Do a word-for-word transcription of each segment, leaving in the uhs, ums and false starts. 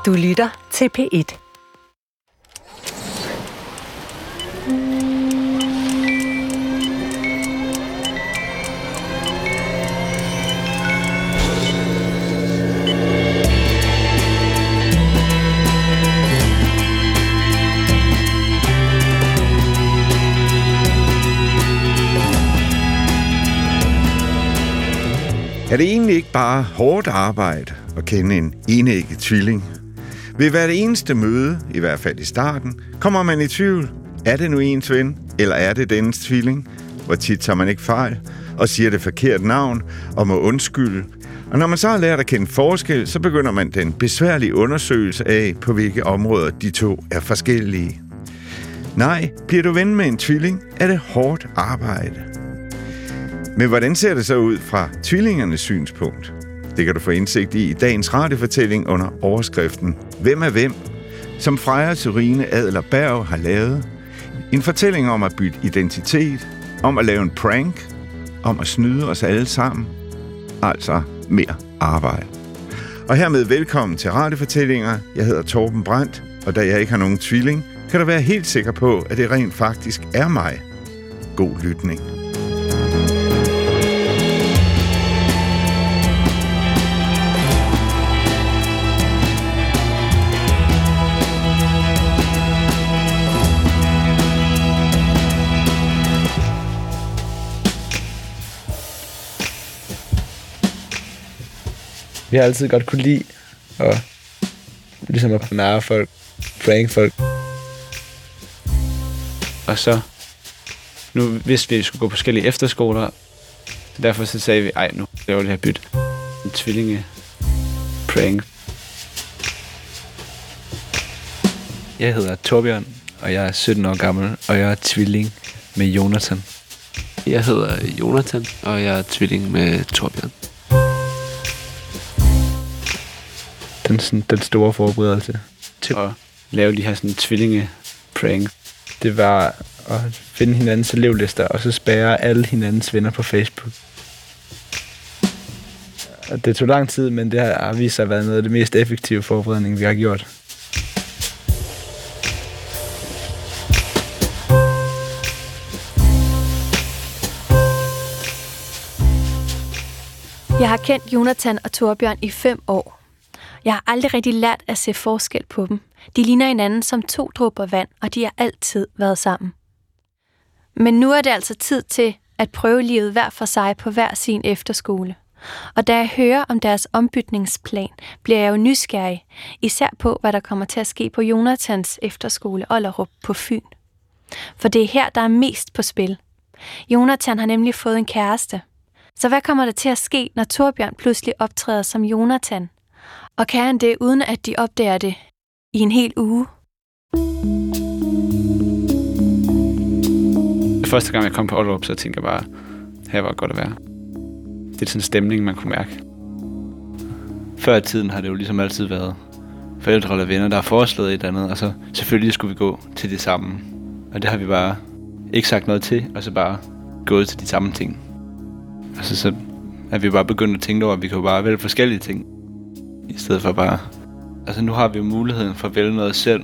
Du lytter til P et. Er det egentlig ikke bare hårdt arbejde at kende en enægget tvilling? Ved hvert eneste møde, i hvert fald i starten, kommer man i tvivl. Er det nu ens ven, eller er det dennes tvilling? Hvor tit tager man ikke fejl og siger det forkerte navn og må undskylde. Og når man så har lært at kende forskel, så begynder man den besværlige undersøgelse af, på hvilke områder de to er forskellige. Nej, bliver du ven med en tvilling, er det hårdt arbejde. Men hvordan ser det så ud fra tvillingernes synspunkt? Det kan du få indsigt i i dagens radiofortælling under overskriften Hvem er hvem?, som Freja Sørine Adler Berg har lavet. En fortælling om at bytte identitet, om at lave en prank, om at snyde os alle sammen. Altså mere arbejde. Og hermed velkommen til radiofortællinger. Jeg hedder Torben Brandt, og da jeg ikke har nogen tvilling, kan du være helt sikker på, at det rent faktisk er mig. God lytning. Vi har altid godt kunne lide at, ligesom at narre folk, prank folk. Og så, nu vidste vi, at vi skulle gå på forskellige efterskoler. Derfor så sagde vi, ej, nu laver vi det her bytte. En tvillinge-prank. Jeg hedder Torbjørn, og jeg er sytten år gammel, og jeg er tvilling med Jonathan. Jeg hedder Jonathan, og jeg er tvilling med Torbjørn. Den, sådan, den store forberedelse til at lave de her sådan tvillinge-prank. Det var at finde hinandens elevlister, og så spærre alle hinandens venner på Facebook. Og det tog lang tid, men det har vist sig at være noget af det mest effektive forberedning, vi har gjort. Jeg har kendt Jonathan og Torbjørn i fem år. Jeg har aldrig rigtig lært at se forskel på dem. De ligner hinanden som to dråber vand, og de har altid været sammen. Men nu er det altså tid til at prøve livet hver for sig på hver sin efterskole. Og da jeg hører om deres ombytningsplan, bliver jeg jo nysgerrig, især på, hvad der kommer til at ske på Jonathans efterskole Ollerup på Fyn. For det er her, der er mest på spil. Jonathan har nemlig fået en kæreste. Så hvad kommer der til at ske, når Torbjørn pludselig optræder som Jonathan? Og kan han det, uden at de opdager det i en hel uge? Første gang jeg kom på Ollerup, så tænkte jeg bare, her var godt at være. Det er sådan en stemning, man kunne mærke. Før i tiden har det jo ligesom altid været forældre eller venner, der har foreslået et eller andet, og så selvfølgelig skulle vi gå til det samme. Og det har vi bare ikke sagt noget til, og så bare gået til de samme ting. Og så, så er vi bare begyndt at tænke over, at vi kan jo bare vælge forskellige ting. I stedet for bare... Altså nu har vi jo muligheden for at vælge noget selv.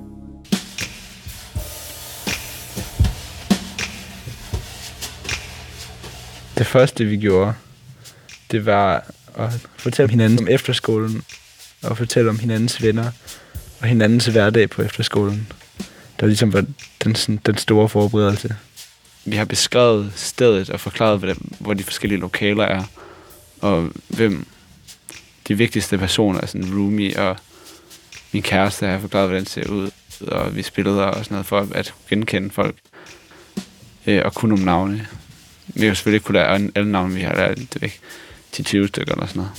Det første vi gjorde, det var at fortælle hinanden om efterskolen. Og fortælle om hinandens venner. Og hinandens hverdag på efterskolen. Der ligesom var den, sådan, den store forberedelse. Vi har beskrevet stedet og forklaret, hvor de forskellige lokaler er. Og hvem... De vigtigste personer er sådan roomie og min kæreste har forklaret, hvordan det ser ud. Og vi spillede og sådan noget for at genkende folk. Øh, og kunne nogle navne. Vi har selvfølgelig ikke kunne lære alle navne, vi har lært det væk. ti til tyve stykker eller sådan noget.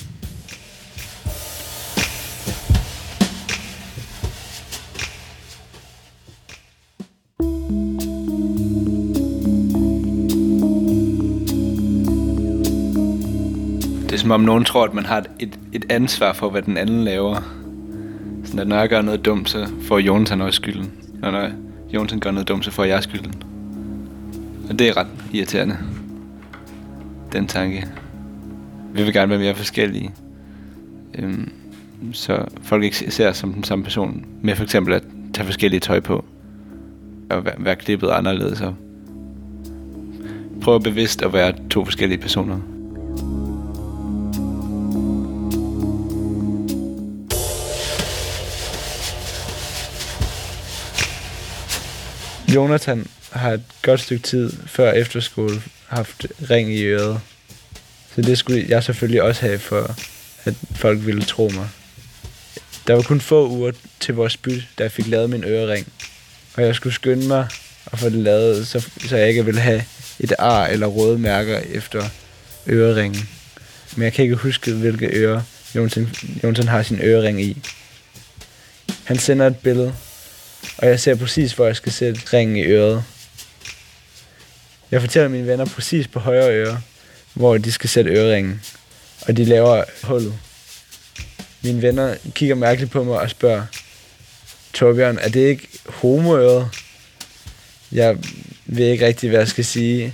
Det er som om nogen tror, at man har et, et, et ansvar for, hvad den anden laver. Sådan at når jeg gør noget dumt, så får Jonathan også skylden. Og når Jonathan gør noget dumt, så får jeg skylden. Og det er ret irriterende. Den tanke. Vi vil gerne være mere forskellige. Øhm, så folk ikke ser os som den samme person, med for eksempel at tage forskellige tøj på, og være, være klippet anderledes, og prøve bevidst at være to forskellige personer. Jonathan har et godt stykke tid før efterskole haft ring i øret. Så det skulle jeg selvfølgelig også have, for at folk ville tro mig. Der var kun få uger til vores byt, da jeg fik lavet min ørering. Og jeg skulle skynde mig at få det lavet, så, så jeg ikke ville have et ar eller røde mærker efter øreringen. Men jeg kan ikke huske, hvilke ører Jonathan, Jonathan har sin ørering i. Han sender et billede, og jeg ser præcis, hvor jeg skal sætte ringen i øret. Jeg fortæller mine venner præcis på højre øre, hvor de skal sætte øreringen, og de laver hullet. Mine venner kigger mærkeligt på mig og spørger, Torbjørn, er det ikke homoøret? Jeg ved ikke rigtig, hvad jeg skal sige.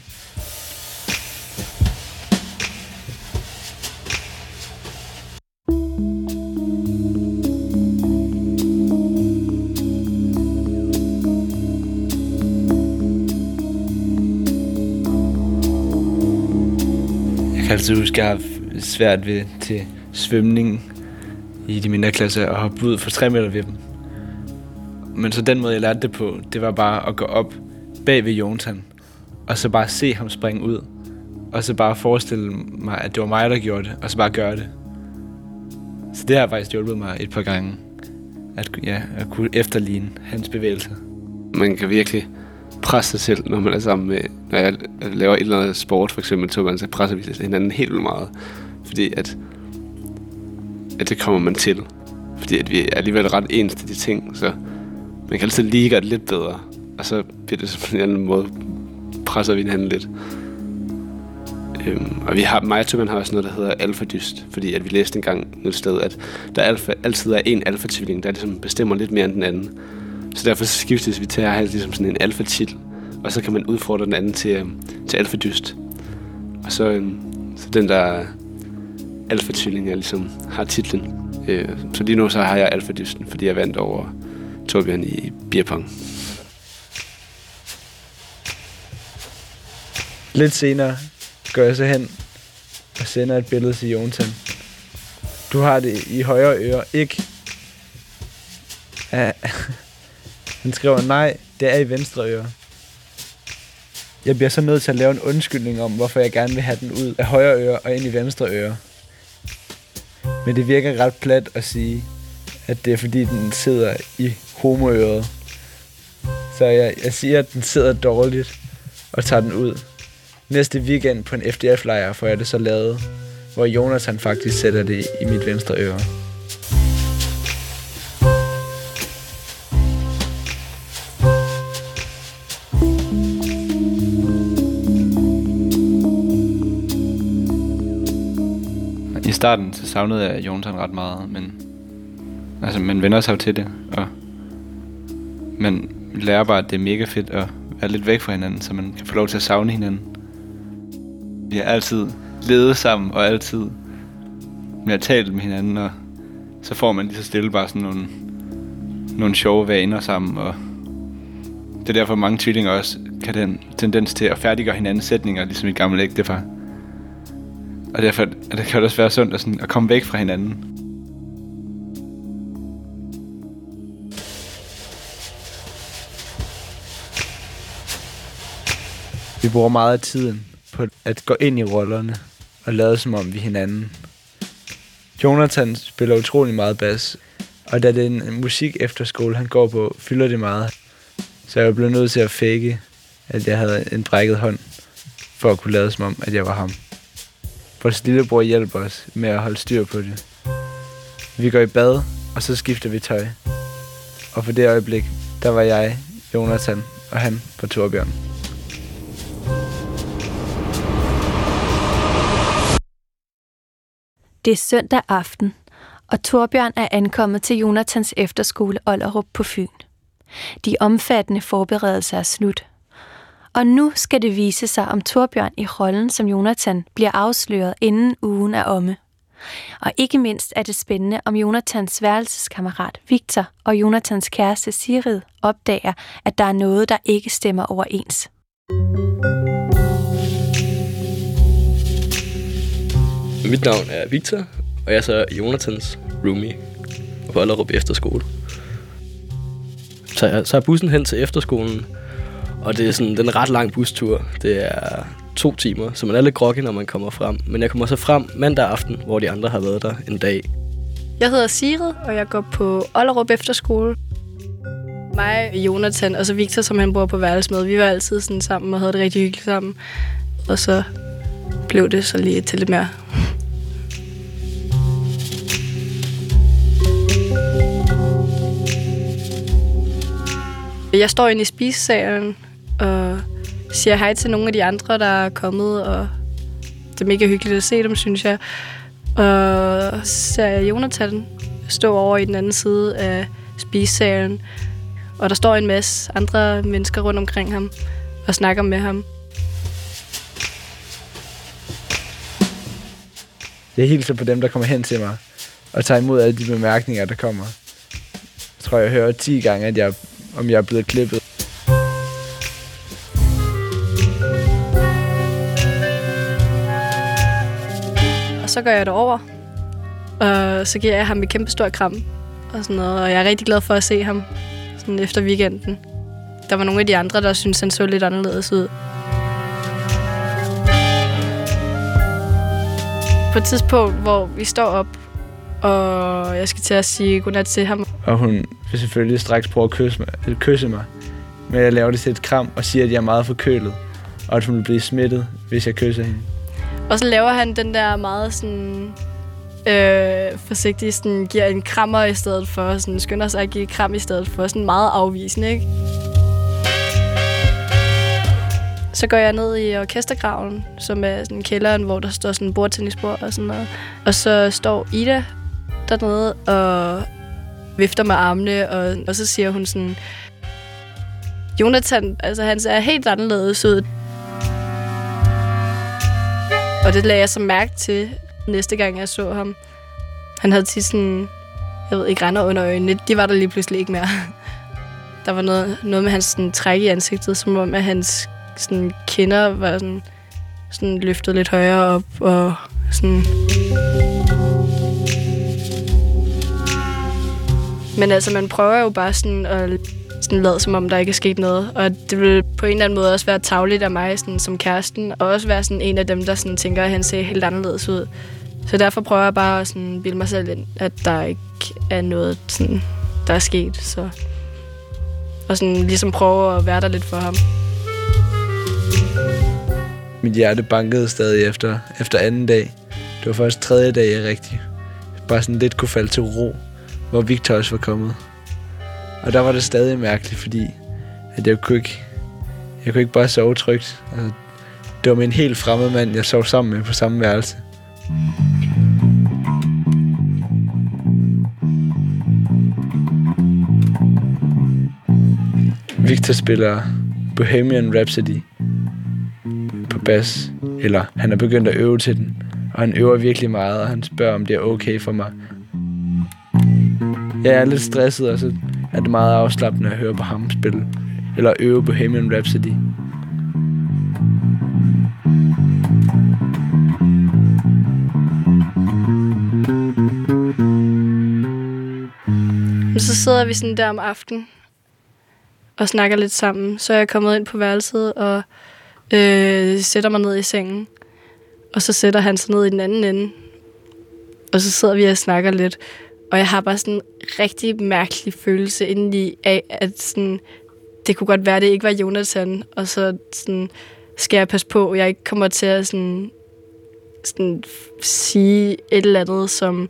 Jeg kan altid huske, at jeg har haft svært ved til svømning i de mindre klasser og hoppe ud for tre meter ved dem. Men så den måde, jeg lærte det på, det var bare at gå op bag ved Jonathan, og så bare se ham springe ud, og så bare forestille mig, at det var mig, der gjorde det, og så bare gøre det. Så det har faktisk hjulpet mig et par gange, at, ja, at kunne efterligne hans bevægelser. Man kan virkelig presse sig selv, når man er sammen med, når jeg laver et eller andet sport, for eksempel to, så presser vi hinanden helt vildt meget, fordi at, at det kommer man til, fordi at vi er alligevel ret ens til de ting, så man kan altid lige gøre det lidt bedre, og så bliver det på en anden måde, presser vi hinanden lidt. Øhm, og vi har, mig og Torbjørn har også noget, der hedder alfadyst, fordi at vi læste engang et sted, at der alfa, altid er en alfatvilling, der ligesom bestemmer lidt mere end den anden. Så derfor skiftes vi til at have ligesom sådan en alfa-titel, og så kan man udfordre den anden til, til alfadyst. Og så, øhm, så den der alfa-tvilling, jeg ligesom har titlen. Øh, så lige nu så har jeg alfadysten, fordi jeg vandt over Torbjørn i beerpong. Lidt senere går jeg så hen og sender et billede til Jonathan. Du har det i højre øre, ikke? Uh, han skriver, nej, det er i venstre øre. Jeg bliver så nødt til at lave en undskyldning om, hvorfor jeg gerne vil have den ud af højre øre og ind i venstre øre. Men det virker ret plat at sige, at det er fordi, den sidder i homoøret. Så jeg, jeg siger, at den sidder dårligt og tager den ud. Næste weekend på en F D F-lejr får jeg det så lavet, hvor Jonathan faktisk sætter det i mit venstre øre. I starten så savnede jeg Jonathan ret meget, men altså, man vender sig jo til det, og man lærer bare, at det er mega fedt at være lidt væk fra hinanden, så man kan få lov til at savne hinanden. Vi har altid levet sammen, og altid med at tale med hinanden, og så får man lige så stille bare sådan nogle, nogle sjove vaner sammen, og det er derfor, mange tvillinger også kan den tendens til at færdiggøre hinandens sætninger, ligesom i et gammelt ægtepar. Og derfor det kan det også være sundt at, sådan, at komme væk fra hinanden. Vi bruger meget af tiden på at gå ind i rollerne og lade som om vi er hinanden. Jonathan spiller utrolig meget bas, og da det er en musik efterskole, han går på, fylder det meget. Så jeg blev nødt til at fake, at jeg havde en brækket hånd, for at kunne lade som om, at jeg var ham. Vores lillebror hjælper os med at holde styr på det. Vi går i bad, og så skifter vi tøj. Og for det øjeblik, der var jeg, Jonathan, og han på Torbjørn. Det er søndag aften, og Torbjørn er ankommet til Jonathans efterskole Ollerup på Fyn. De omfattende forberedelser er slut. Og nu skal det vise sig, om Torbjørn i rollen som Jonathan bliver afsløret, inden ugen er omme. Og ikke mindst er det spændende, om Jonathans værelseskammerat Victor og Jonathans kæreste Sigrid opdager, at der er noget, der ikke stemmer overens. Mit navn er Victor, og jeg er så Jonathans roomie på Ollerup Efterskole. Så jeg tager bussen hen til efterskolen, og det er sådan den ret lang bustur. Det er to timer, så man er lidt groggy, når man kommer frem. Men jeg kommer så frem mandag aften, hvor de andre har været der en dag. Jeg hedder Sigrid, og jeg går på Ollerup Efterskole. Mig, Jonathan og så Victor, som han bor på værelse med, vi var altid sådan sammen og havde det rigtig hyggeligt sammen. Og så blev det så lige til lidt mere. Jeg står inde i spisesalen og siger hej til nogle af de andre, der er kommet, og det er mega hyggeligt at se dem, synes jeg. Og så ser jeg Jonathan stå over i den anden side af spisesalen, og der står en masse andre mennesker rundt omkring ham og snakker med ham. Jeg hilser på dem, der kommer hen til mig, og tager imod alle de bemærkninger, der kommer. Jeg tror, jeg hører ti gange, at jeg, om jeg er blevet klippet. Og så går jeg derover, og så giver jeg ham et kæmpe stort kram og sådan noget, og jeg er rigtig glad for at se ham sådan efter weekenden. Der var nogle af de andre, der syntes, han så lidt anderledes ud. På et tidspunkt, hvor vi står op, og jeg skal til at sige godnat til ham. Og hun vil selvfølgelig straks prøve at kysse mig, eller kysse mig. Men jeg laver det til et kram og siger, at jeg er meget forkølet, og at hun vil blive smittet, hvis jeg kysser hende. Og så laver han den der meget sådan øh, forsigtigt, sådan giver en krammer i stedet for, sådan skynder sig at give kram i stedet for, sådan meget afvisende, ikke? Så går jeg ned i orkestergraven, som er sådan kælderen, hvor der står sådan en bordtennisbord og sådan noget. Og så står Ida dernede og vifter med armene, og, og så siger hun sådan, Jonathan, altså han ser helt anderledes ud. Og det lagde jeg så mærke til næste gang, jeg så ham. Han havde tit sådan, jeg ved ikke, render under øjnene. De var der lige pludselig ikke mere. Der var noget, noget med hans sådan, træk i ansigtet, som om at hans sådan, kinder var sådan, sådan løftet lidt højere op. Og sådan. Men altså, man prøver jo bare sådan at sådan lade, som om der ikke er sket noget. Og det vil på en eller anden måde også være tarveligt af mig sådan, som kæresten, og også være sådan en af dem, der sådan, tænker, at han ser helt anderledes ud. Så derfor prøver jeg bare at sådan, bilde mig selv ind, at der ikke er noget, sådan, der er sket. Så. Og sådan, ligesom prøve at være der lidt for ham. Mit hjerte bankede stadig efter, efter anden dag. Det var først tredje dag, jeg rigtig bare sådan lidt kunne falde til ro, hvor Victor også var kommet. Og der var det stadig mærkeligt, fordi at jeg kunne ikke, jeg kunne ikke bare sove trygt. Altså, det var med en helt fremmed mand, jeg sov sammen med på samme værelse. Victor spiller Bohemian Rhapsody på bas, eller han er begyndt at øve til den, og han øver virkelig meget, og han spørger, om det er okay for mig. Jeg er lidt stresset, og så er det meget afslappende at høre på ham spille, eller øve Bohemian Rhapsody. Men så sidder vi sådan der om aftenen og snakker lidt sammen. Så er jeg kommet ind på værelset og øh, sætter mig ned i sengen. Og så sætter han sig ned i den anden ende. Og så sidder vi og snakker lidt. Og jeg har bare sådan en rigtig mærkelig følelse indeni af, at sådan, det kunne godt være, at det ikke var Jonathan. Og så sådan, skal jeg passe på, at jeg ikke kommer til at sådan, sådan, sige et eller andet, som,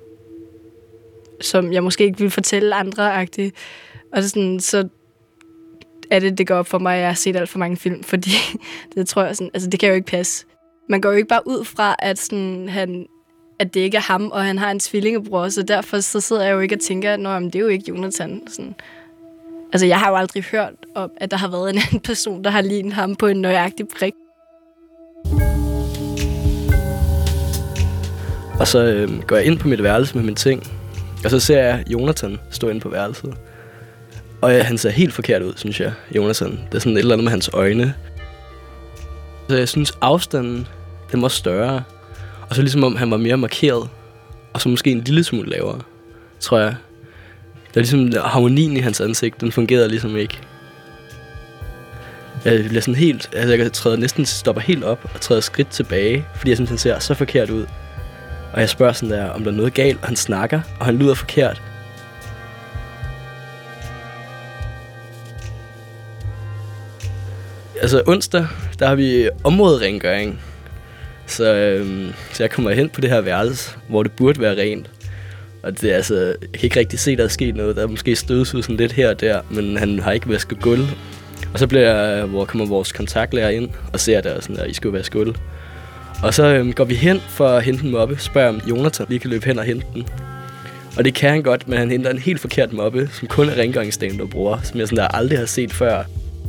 som jeg måske ikke vil fortælle andre-agtigt. Og sådan, så er det, det går op for mig, at jeg har set alt for mange film, fordi det tror jeg sådan, altså det kan jo ikke passe. Man går jo ikke bare ud fra, at sådan, han, at det ikke er ham, og han har en tvillingebror, så derfor så sidder jeg jo ikke og tænker, at det er jo ikke Jonathan. Sådan. Altså jeg har jo aldrig hørt om, at der har været en anden person, der har lignet ham på en nøjagtig prik. Og så øh, går jeg ind på mit værelse med mine ting, og så ser jeg Jonathan stå inde på værelset. Og øh, han ser helt forkert ud, synes jeg, Jonathan. Det er sådan et eller andet med hans øjne. Så jeg synes, afstanden, den var større. Og så ligesom om han var mere markeret, og så måske en lille smule lavere, tror jeg. Der er ligesom harmonien i hans ansigt, den fungerede ligesom ikke. Jeg bliver sådan helt, altså jeg træder næsten, stopper helt op og træder skridt tilbage, fordi jeg synes, han ser så forkert ud. Og jeg spørger sådan der, om der er noget galt, og han snakker, og han lyder forkert. Altså onsdag, der har vi områderengøring. Så, øhm, så jeg kommer hen på det her værelse, hvor det burde være rent. Og det er altså, jeg kan ikke rigtig se, at der er sket noget. Der er måske støvsud sådan lidt her og der, men han har ikke vasket gulv. Og så bliver, hvor kommer vores kontaktlærer ind og ser der sådan der, I skal jo vaske gulv. Og så øhm, går vi hen for at hente en moppe, spørger om Jonathan lige kan løbe hen og hente den. Og det kan han godt, men han henter en helt forkert moppe, som kun er rengøringsdamen, der bruger, som jeg sådan der aldrig har set før.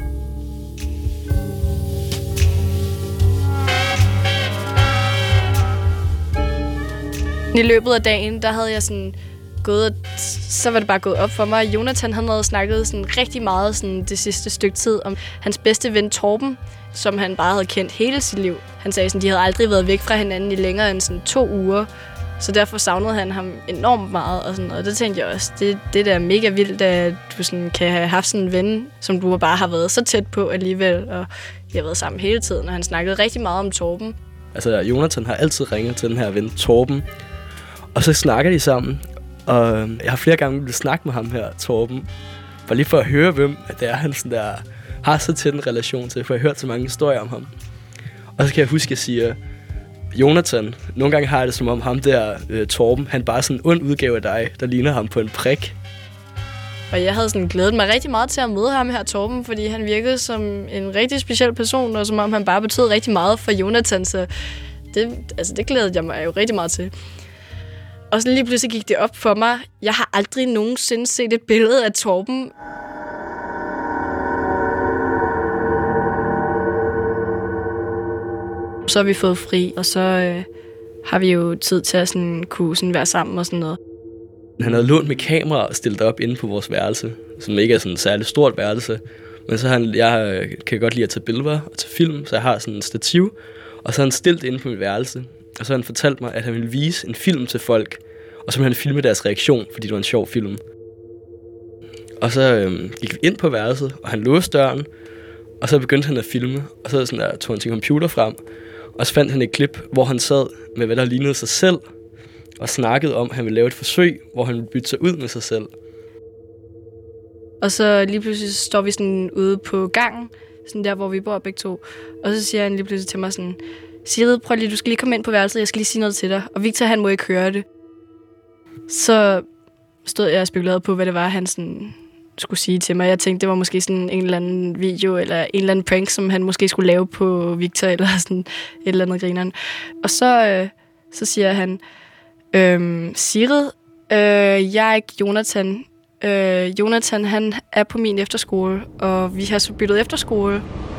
I løbet af dagen, der havde jeg sådan gået, og så var det bare gået op for mig. Jonathan, han havde snakket sådan rigtig meget sådan det sidste stykke tid om hans bedste ven Torben, som han bare havde kendt hele sit liv. Han sagde sådan, de havde aldrig været væk fra hinanden i længere end sådan to uger. Så derfor savnede han ham enormt meget og sådan noget. Og det tænkte jeg også, det, det der er mega vildt, at du sådan kan have haft sådan en ven, som du bare har været så tæt på alligevel. Og de har været sammen hele tiden, og han snakkede rigtig meget om Torben. Altså, Jonathan har altid ringet til den her ven, Torben. Og så snakker de sammen, og jeg har flere gange blevet snakket med ham her, Torben. Bare lige for at høre, hvem det er, han sådan der, har så tæt en relation til, for jeg har hørt så mange historier om ham. Og så kan jeg huske, at jeg siger, Jonathan, nogle gange har jeg det som om ham der, øh, Torben, han bare sådan en ond udgave af dig, der ligner ham på en prik. Og jeg havde sådan glædet mig rigtig meget til at møde ham her, Torben, fordi han virkede som en rigtig speciel person, og som om han bare betød rigtig meget for Jonathan, så det, altså det glædede jeg mig jo rigtig meget til. Og så lige pludselig gik det op for mig. Jeg har aldrig nogensinde set et billede af Torben. Så har vi fået fri, og så øh, har vi jo tid til at sådan, kunne sådan være sammen og sådan noget. Han havde lånt med kamera og stillet op inde på vores værelse, som ikke er sådan et særligt stort værelse. Men så har han, jeg kan godt lide at tage billeder og tage film, så jeg har sådan en stativ, og så har han stillet inde på mit værelse. Og så har han fortalt mig, at han ville vise en film til folk, og så ville han filme deres reaktion, fordi det var en sjov film. Og så øhm, gik vi ind på værelset, og han låste døren, og så begyndte han at filme, og så sådan der, tog han sin computer frem, og så fandt han et klip, hvor han sad med, hvad der lignede sig selv, og snakkede om, at han ville lave et forsøg, hvor han ville bytte sig ud med sig selv. Og så lige pludselig så står vi sådan ude på gangen, sådan der, hvor vi bor begge to, og så siger han lige pludselig til mig sådan, Sigrid, prøv lige, du skal lige komme ind på værelset, jeg skal lige sige noget til dig. Og Victor, han må ikke høre det. Så stod jeg og spekulerede på, hvad det var, han sådan skulle sige til mig. Jeg tænkte, det var måske sådan en eller anden video, eller en eller anden prank, som han måske skulle lave på Victor, eller sådan et eller andet grineren. Og så, øh, så siger han, øh, Sigrid, øh, jeg er ikke Jonathan. Øh, Jonathan, han er på min efterskole, og vi har så byttet efterskole.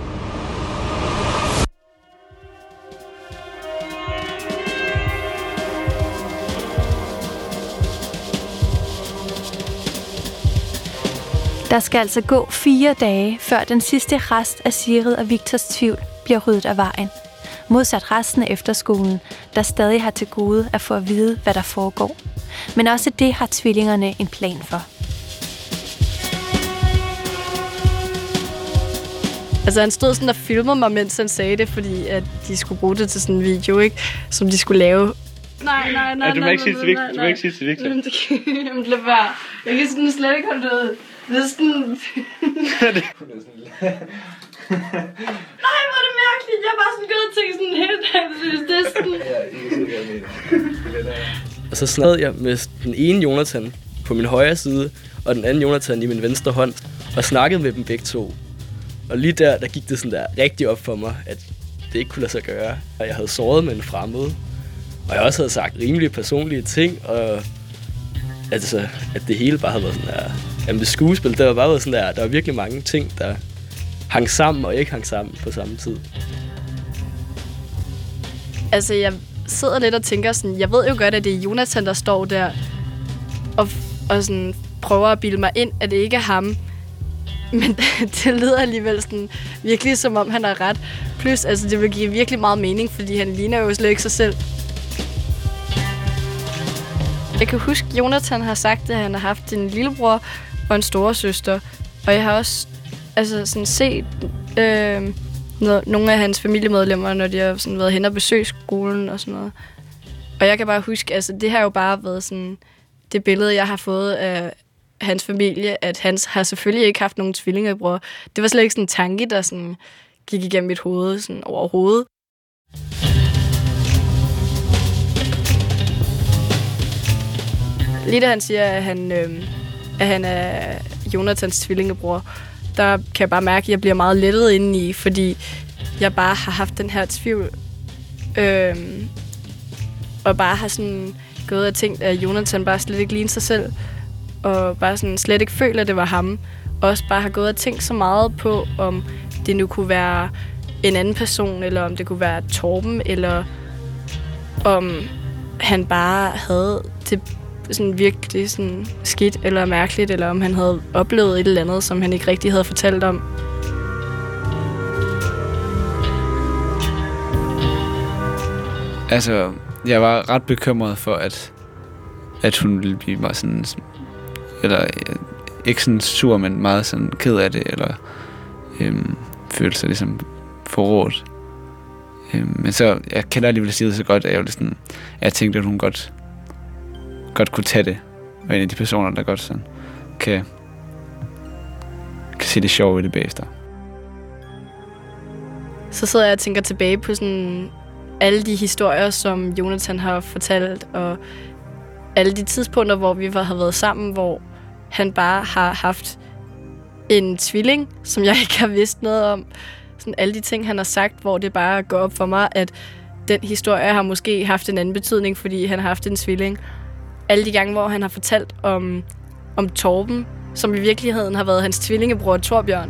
Der skal altså gå fire dage, før den sidste rest af Sigrid og Victors tvivl bliver ryddet af vejen. Modsat resten af efterskolen, der stadig har til gode at få at vide, hvad der foregår. Men også det har tvillingerne en plan for. Altså han stod sådan og filmede mig, mens han sagde det, fordi at de skulle bruge det til sådan en video, ikke? Som de skulle lave. Nej, nej, nej, ja, du må ikke sige til Victor. Du må ikke sige til Victor. Jamen, lad være. Jeg kan sådan slet ikke holde det ud. Det er sådan... Nej, hvor er det mærkeligt. Jeg har bare sådan gået og tænkt sådan hele dagen. Det er sådan... Ja, ikke så Og så snakkede jeg med den ene Jonathan på min højre side, og den anden Jonathan i min venstre hånd, og snakkede med dem begge to. Og lige der, der gik det sådan der rigtig op for mig, at det ikke kunne lade sig gøre. Og jeg havde såret med en fremmed, og jeg også havde sagt rimelig personlige ting, og altså, at det hele bare havde været sådan der... Jamen det skuespil, det var bare været sådan der, der var virkelig mange ting, der hang sammen og ikke hang sammen på samme tid. Altså, jeg sidder lidt og tænker sådan, jeg ved jo godt, at det er Jonathan, der står der og, og sådan prøver at bilde mig ind, at det ikke er ham. Men det lyder alligevel sådan virkelig, som om han har ret. Plus, altså, det vil give virkelig meget mening, fordi han ligner jo slet ikke sig selv. Jeg kan huske, at Jonathan har sagt, at han har haft en lillebror og en storesøster. Og jeg har også altså, sådan set øh, noget, nogle af hans familiemedlemmer, når de har sådan været hen og besøgt skolen og sådan noget. Og jeg kan bare huske, altså det har jo bare været sådan det billede, jeg har fået af hans familie, at han har selvfølgelig ikke haft nogen tvillingebror. Det var slet ikke sådan en tanke, der sådan gik igennem mit hoved sådan overhovedet. Lige da han siger, at han, øh, at han er Jonathans tvillingebror, der kan jeg bare mærke, at jeg bliver meget lettet indeni, fordi jeg bare har haft den her tvivl. Øh, og bare har sådan gået og tænkt, at Jonathan bare slet ikke ligner sig selv. Og bare sådan slet ikke føler, at det var ham. Og også bare har gået og tænkt så meget på, om det nu kunne være en anden person, eller om det kunne være Torben, eller om han bare havde det sådan virkelig sådan skidt eller mærkeligt, eller om han havde oplevet et eller andet, som han ikke rigtig havde fortalt om. Altså, jeg var ret bekymret for, at, at hun ville blive meget sådan, eller ikke sådan sur, men meget sådan ked af det, eller øhm, følte sig ligesom forrådt. Øhm, men så, jeg kender alligevel Sigrid så godt, at jeg, sådan, at jeg tænkte, at hun godt, godt kunne tage det. Og en af de personer, der godt sådan, kan, kan se det sjove i det bagefter. Så sidder jeg og tænker tilbage på sådan alle de historier, som Jonathan har fortalt, og alle de tidspunkter, hvor vi har været sammen, hvor han bare har haft en tvilling, som jeg ikke har vidst noget om. Sådan alle de ting, han har sagt, hvor det bare går op for mig, at den historie har måske haft en anden betydning, fordi han har haft en tvilling. Alle de gange, hvor han har fortalt om, om Torben, som i virkeligheden har været hans tvillingebror Torbjørn.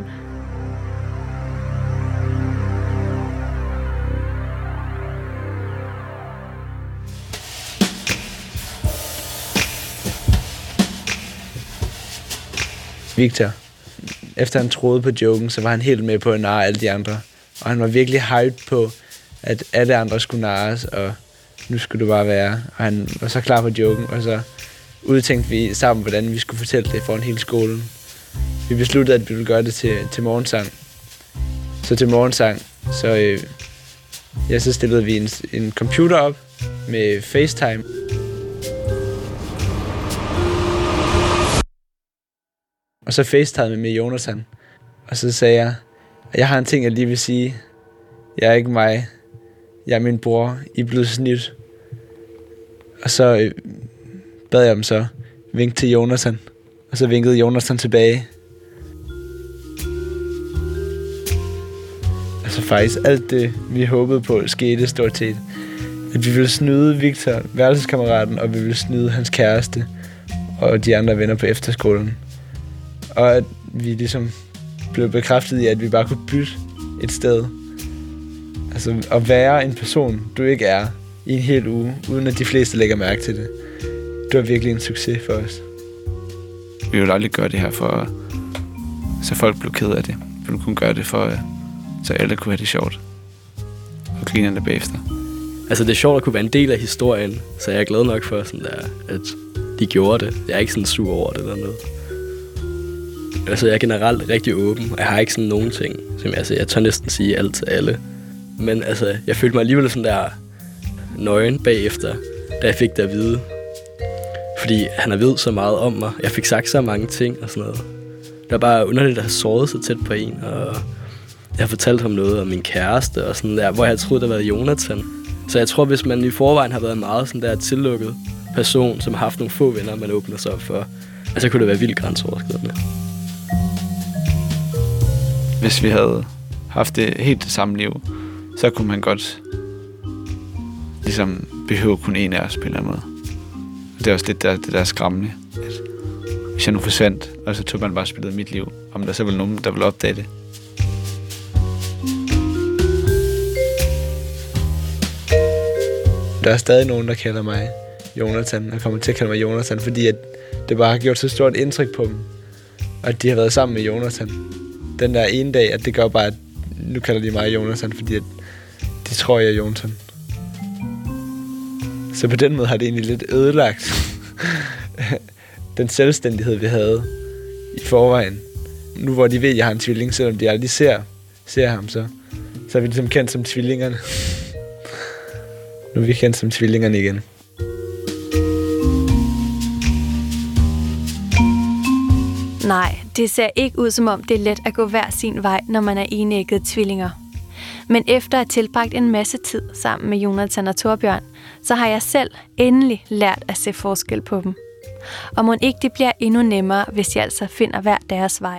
Victor, efter han troede på joken, så var han helt med på at narre alle de andre. Og han var virkelig hyped på, at alle andre skulle narres, og nu skulle det bare være. Og han var så klar på joken, og så udtænkte vi sammen, hvordan vi skulle fortælle det foran hele skolen. Vi besluttede, at vi ville gøre det til, til morgensang. Så til morgensang, så, øh, ja, så stillede vi en, en computer op med FaceTime. Og så FaceTime med Jonathan. Og så sagde jeg, at jeg har en ting, jeg lige vil sige. Jeg er ikke mig. Jeg er min bror. I er blevet snydt. Og så øh, bad jeg ham så vinke til Jonathan. Og så vinkede Jonathan tilbage. Altså faktisk alt det, vi håbede på, skete stort set. At vi ville snyde Victor, værelseskammeraten, og vi ville snyde hans kæreste og de andre venner på efterskolen. Og at vi ligesom blev bekræftet i, at vi bare kunne bytte et sted. Altså at være en person, du ikke er, i en hel uge, uden at de fleste lægger mærke til det. Det var virkelig en succes for os. Vi ville aldrig gøre det her, for så folk blev ked af det. Vi ville kun gøre det, for så alle kunne have det sjovt. Og grine det bagefter. Altså det er sjovt at kunne være en del af historien, så jeg er glad nok for, sådan der, at de gjorde det. Jeg er ikke sådan sur over det der noget. Altså, jeg er generelt rigtig åben, og jeg har ikke sådan nogen ting, som altså, jeg tør næsten sige alt til alle. Men altså, jeg følte mig alligevel sådan der nøgen bagefter, da jeg fik det at vide. Fordi han har vidt så meget om mig. Jeg fik sagt så mange ting og sådan noget. Det var bare underligt at have såret så tæt på en, og jeg har fortalt ham noget om min kæreste og sådan der, hvor jeg troede, det var Jonathan. Så jeg tror, hvis man i forvejen har været en meget sådan der tillukket person, som har haft nogle få venner, man åbner sig op for, så kunne det være vildt grænseoverskridende. Hvis vi havde haft det helt det samme liv, så kunne man godt ligesom behøve kun en af os på en eller anden måde. Det er også lidt der, det der skræmmende, at hvis jeg nu forsvandt, og så tog man bare spillet mit liv, om der så ville nogen, der ville opdage det. Der er stadig nogen, der kalder mig Jonathan, og kommer til at kalde mig Jonathan, fordi at det bare har gjort så stort indtryk på dem, og at de har været sammen med Jonathan. Den der ene dag, at det gør bare, at nu kalder de mig Jonathan, fordi at de tror, jeg er Jonathan. Så på den måde har det egentlig lidt ødelagt den selvstændighed, vi havde i forvejen. Nu hvor de ved, at jeg har en tvilling, selvom de aldrig ser, ser ham, så, så er vi ligesom kendt som tvillingerne. Nu er vi kendt som tvillingerne igen. Nej, det ser ikke ud som om det er let at gå hver sin vej, når man er enæggede tvillinger. Men efter at have tilbragt en masse tid sammen med Jonathan og Torbjørn, så har jeg selv endelig lært at se forskel på dem. Og mon ikke det bliver endnu nemmere, hvis de altså finder hver deres vej.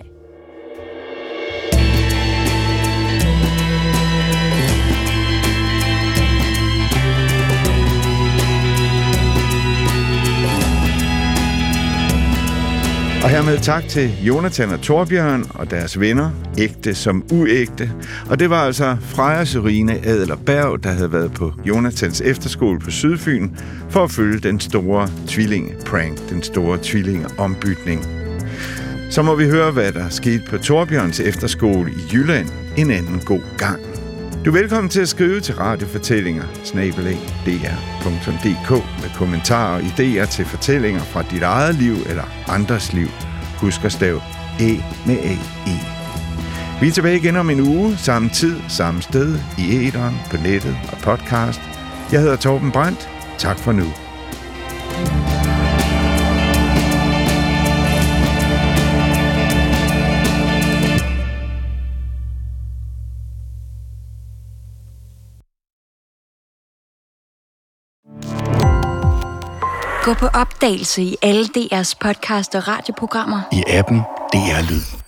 Og hermed tak til Jonathan og Torbjørn og deres venner, ægte som uægte. Og det var altså Freja Sørine Adler-Berg, der havde været på Jonathans efterskole på Sydfyn for at følge den store tvillingeprank, den store tvillingeombytning. Så må vi høre, hvad der skete på Torbjørns efterskole i Jylland en anden god gang. Du er velkommen til at skrive til radiofortællinger snabel-a d r punktum d k med kommentarer og idéer til fortællinger fra dit eget liv eller andres liv. Husk at stave æ med a e. Vi er tilbage igen om en uge, samme tid, samme sted, i æteren, på nettet og podcast. Jeg hedder Torben Brandt. Tak for nu. Gå på opdagelse i alle D R's podcast og radioprogrammer. I appen D R Lyd.